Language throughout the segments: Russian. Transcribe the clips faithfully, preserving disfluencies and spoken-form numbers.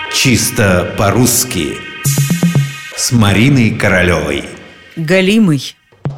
Чисто по-русски с Мариной Королевой. Галимый.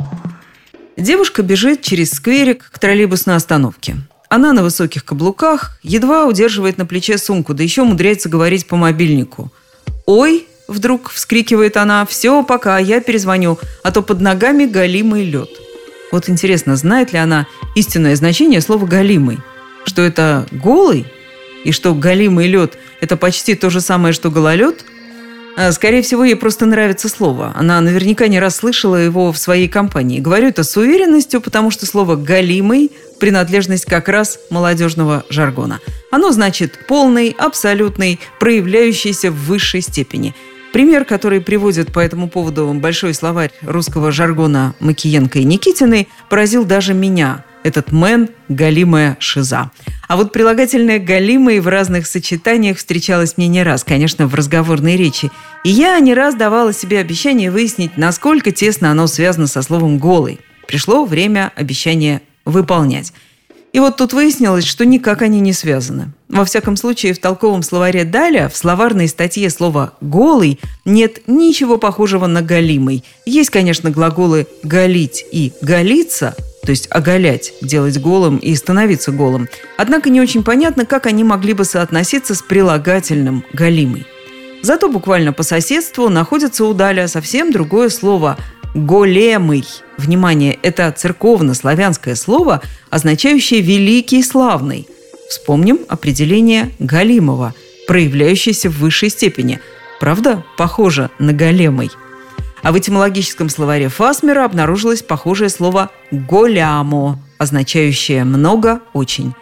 Девушка бежит через скверик к троллейбусной остановке. Она на высоких каблуках, едва удерживает на плече сумку, да еще умудряется говорить по мобильнику. «Ой!» – вдруг вскрикивает она. «Все, пока, я перезвоню, а то под ногами галимый лед». Вот интересно, знает ли она истинное значение слова «галимый»? Что это голый? И что галимый лед – это почти то же самое, что гололед? Скорее всего, ей просто нравится слово. Она наверняка не раз слышала его в своей компании. Говорю это с уверенностью, потому что слово «галимый» – принадлежность как раз молодежного жаргона. Оно значит полный, абсолютный, проявляющийся в высшей степени. Пример, который приводит по этому поводу большой словарь русского жаргона Макиенко и Никитиной, поразил даже меня. Этот мэн – галимая шиза. А вот прилагательное «галимый» в разных сочетаниях встречалось мне не раз, конечно, в разговорной речи. И я не раз давала себе обещание выяснить, насколько тесно оно связано со словом «голый». Пришло время обещания выполнять. И вот тут выяснилось, что никак они не связаны. Во всяком случае, в толковом словаре Даля в словарной статье слова «голый» нет ничего похожего на «галимый». Есть, конечно, глаголы «галить» и «галиться», то есть оголять, делать голым и становиться голым. Однако не очень понятно, как они могли бы соотноситься с прилагательным «галимый». Зато буквально по соседству находится у Даля совсем другое слово «големый». Внимание, это церковно-славянское слово, означающее «великий и славный». Вспомним определение галимого, проявляющееся в высшей степени. Правда, похоже на големый. А в этимологическом словаре Фасмера обнаружилось похожее слово «голямо», означающее «много, очень».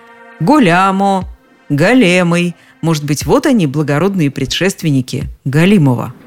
Голямо, големый. Может быть, вот они, благородные предшественники галимого.